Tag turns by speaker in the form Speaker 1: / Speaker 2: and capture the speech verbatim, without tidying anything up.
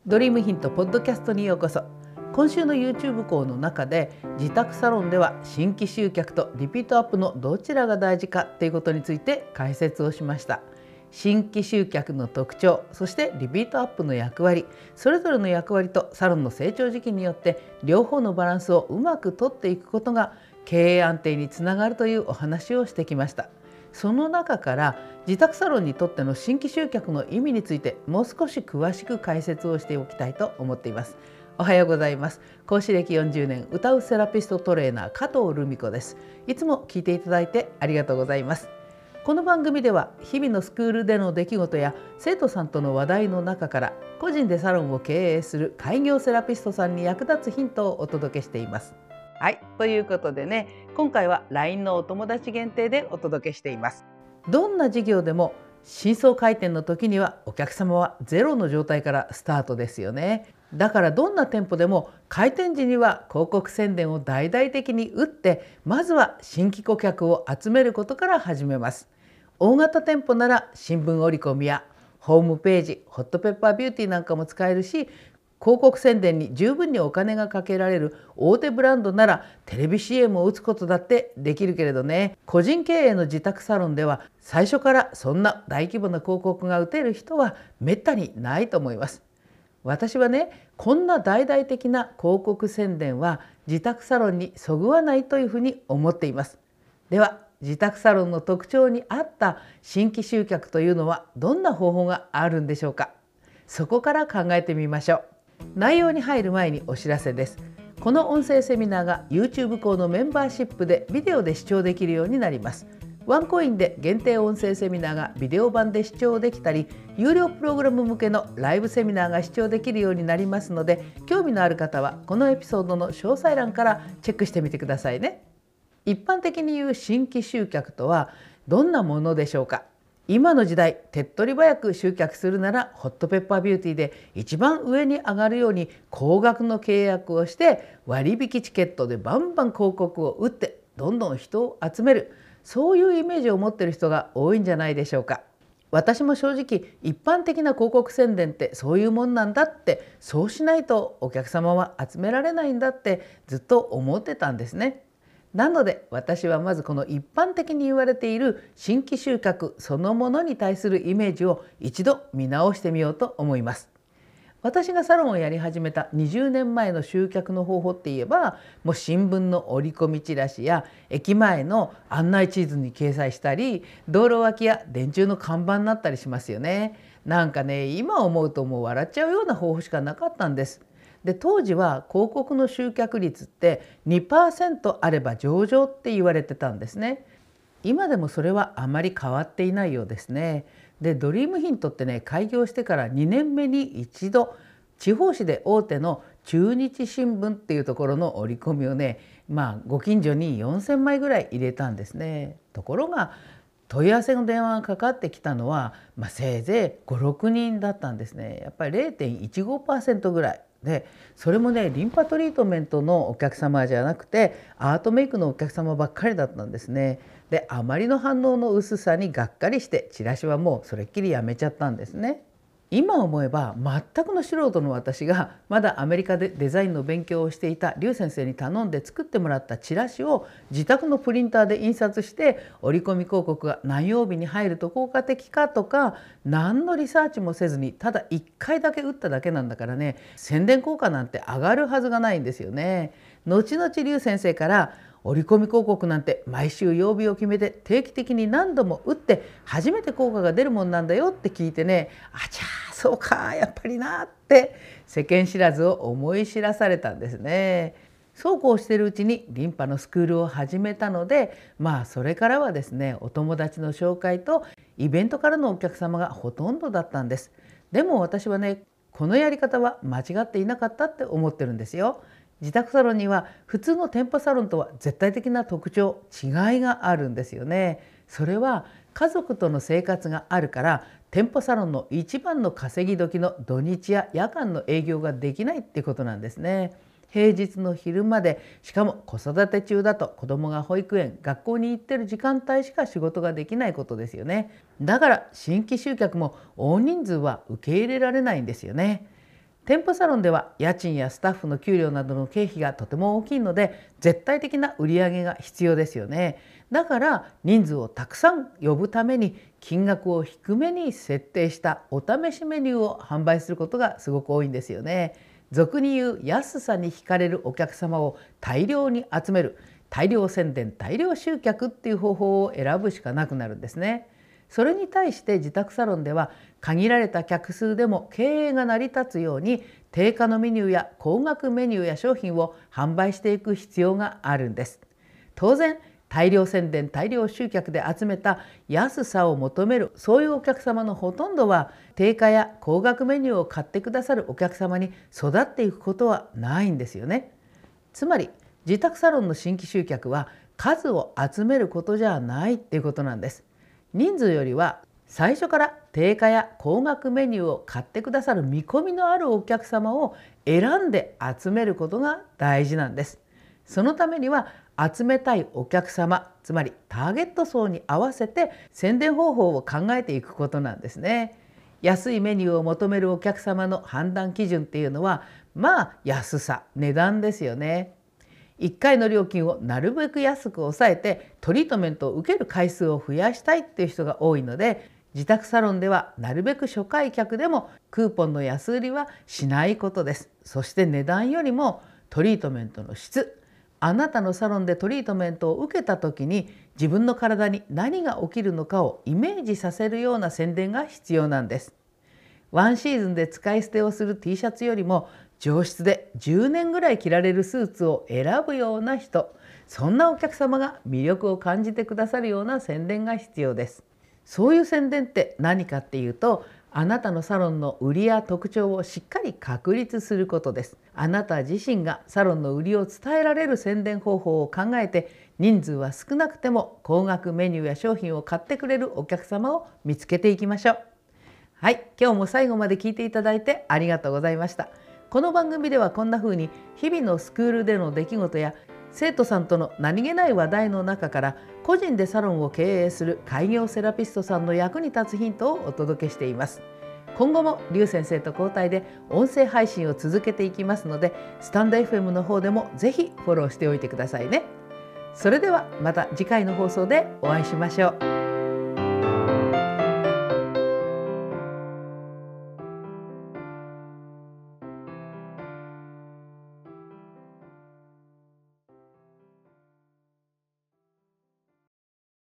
Speaker 1: ドリームヒントポッドキャストにようこそ。今週の YouTube 講の中で、自宅サロンでは新規集客とリピートアップのどちらが大事かということについて解説をしました。新規集客の特徴、そしてリピートアップの役割、それぞれの役割とサロンの成長時期によって両方のバランスをうまくとっていくことが経営安定につながるというお話をしてきました。その中から自宅サロンにとっての新規集客の意味についてもう少し詳しく解説をしておきたいと思っています。おはようございます。講師歴よんじゅうねん、歌うセラピストトレーナー加藤留美子です。いつも聞いていただいてありがとうございます。この番組では日々のスクールでの出来事や生徒さんとの話題の中から個人でサロンを経営する開業セラピストさんに役立つヒントをお届けしています。はい、ということでね、今回は ライン のお友達限定でお届けしています。どんな事業でも新装開店の時にはお客様はゼロの状態からスタートですよね。だからどんな店舗でも開店時には広告宣伝を大々的に打って、まずは新規顧客を集めることから始めます。大型店舗なら新聞折り込みやホームページ、ホットペッパービューティーなんかも使えるし、広告宣伝に十分にお金がかけられる大手ブランドならテレビ シーエム を打つことだってできるけれどね、個人経営の自宅サロンでは最初からそんな大規模な広告が打てる人はめったにないと思います。私はね、こんな大々的な広告宣伝は自宅サロンにそぐわないというふうに思っています。では自宅サロンの特徴に合った新規集客というのはどんな方法があるんでしょうか。そこから考えてみましょう。内容に入る前にお知らせです。この音声セミナーが YouTube 校のメンバーシップでビデオで視聴できるようになります。ワンコインで限定音声セミナーがビデオ版で視聴できたり、有料プログラム向けのライブセミナーが視聴できるようになりますので、興味のある方はこのエピソードの詳細欄からチェックしてみてくださいね。一般的に言う新規集客とはどんなものでしょうか。今の時代、手っ取り早く集客するならホットペッパービューティーで一番上に上がるように高額の契約をして割引チケットでバンバン広告を打ってどんどん人を集める、そういうイメージを持っている人が多いんじゃないでしょうか。私も正直一般的な広告宣伝ってそういうもんなんだって、そうしないとお客様は集められないんだってずっと思ってたんですね。なので私はまずこの一般的に言われている新規集客そのものに対するイメージを一度見直してみようと思います。私がサロンをやり始めたにじゅうねんまえの集客の方法って言えば、もう新聞の折り込みチラシや駅前の案内地図に掲載したり、道路脇や電柱の看板になったりしますよね。なんかね、今思うともう笑っちゃうような方法しかなかったんです。で当時は広告の集客率って にパーセント あれば上々って言われてたんですね。今でもそれはあまり変わっていないようですね。でドリームヒントってね、開業してからにねんめに一度地方紙で大手の中日新聞っていうところの折り込みをね、まあご近所によんせんまいぐらい入れたんですね。ところが問い合わせの電話がかかってきたのは、まあ、せいぜいご、ろくにんだったんですね。やっぱり れいてんいちごパーセント ぐらいで、それもねリンパトリートメントのお客様じゃなくてアートメイクのお客様ばっかりだったんですね。であまりの反応の薄さにがっかりしてチラシはもうそれっきりやめちゃったんですね。今思えば全くの素人の私がまだアメリカでデザインの勉強をしていた劉先生に頼んで作ってもらったチラシを自宅のプリンターで印刷して、折り込み広告が何曜日に入ると効果的かとか何のリサーチもせずにただいっかいだけ打っただけなんだからね、宣伝効果なんて上がるはずがないんですよね。後々劉先生から折り込み広告なんて毎週曜日を決めて定期的に何度も打って初めて効果が出るもんなんだよって聞いてね、あちゃーそうかやっぱりなって世間知らずを思い知らされたんですね。そうこうしているうちにリンパのスクールを始めたので、まあそれからはですね、お友達の紹介とイベントからのお客様がほとんどだったんです。でも私はね、このやり方は間違っていなかったって思ってるんですよ。自宅サロンには普通の店舗サロンとは絶対的な特徴、違いがあるんですよね。それは家族との生活があるから、店舗サロンの一番の稼ぎ時の土日や夜間の営業ができないってことなんですね。平日の昼まで、しかも子育て中だと子どもが保育園、学校に行ってる時間帯しか仕事ができないことですよね。だから新規集客も大人数は受け入れられないんですよね。 店舗サロンでは家賃やスタッフの給料などの経費がとても大きいので、絶対的な売り上げが必要ですよね。だから人数をたくさん呼ぶために金額を低めに設定したお試しメニューを販売することがすごく多いんですよね。俗に言う安さに惹かれるお客様を大量に集める、大量宣伝大量集客っていう方法を選ぶしかなくなるんですね。それに対して自宅サロンでは限られた客数でも経営が成り立つように定価のメニューや高額メニューや商品を販売していく必要があるんです。当然大量宣伝大量集客で集めた安さを求めるそういうお客様のほとんどは定価や高額メニューを買ってくださるお客様に育っていくことはないんですよね。つまり自宅サロンの新規集客は数を集めることじゃないっていうことなんです。人数よりは最初から定価や高額メニューを買ってくださる見込みのあるお客様を選んで集めることが大事なんです。そのためには集めたいお客様、つまりターゲット層に合わせて宣伝方法を考えていくことなんですね。安いメニューを求めるお客様の判断基準っていうのは、まあ安さ、値段ですよね。いっかいの料金をなるべく安く抑えてトリートメントを受ける回数を増やしたいっていう人が多いので、自宅サロンではなるべく初回客でもクーポンの安売りはしないことです。そして値段よりもトリートメントの質、あなたのサロンでトリートメントを受けた時に自分の体に何が起きるのかをイメージさせるような宣伝が必要なんです。ワンシーズンで使い捨てをする T シャツよりも上質でじゅうねんぐらい着られるスーツを選ぶような人、そんなお客様が魅力を感じてくださるような宣伝が必要です。そういう宣伝って何かっていうと、あなたのサロンの売りや特徴をしっかり確立することです。あなた自身がサロンの売りを伝えられる宣伝方法を考えて、人数は少なくても高額メニューや商品を買ってくれるお客様を見つけていきましょう。はい、今日も最後まで聞いていただいてありがとうございました。この番組ではこんな風に日々のスクールでの出来事や生徒さんとの何気ない話題の中から個人でサロンを経営する開業セラピストさんの役に立つヒントをお届けしています。今後も劉先生と交代で音声配信を続けていきますので、スタンド エフエム の方でもぜひフォローしておいてくださいね。それではまた次回の放送でお会いしましょう。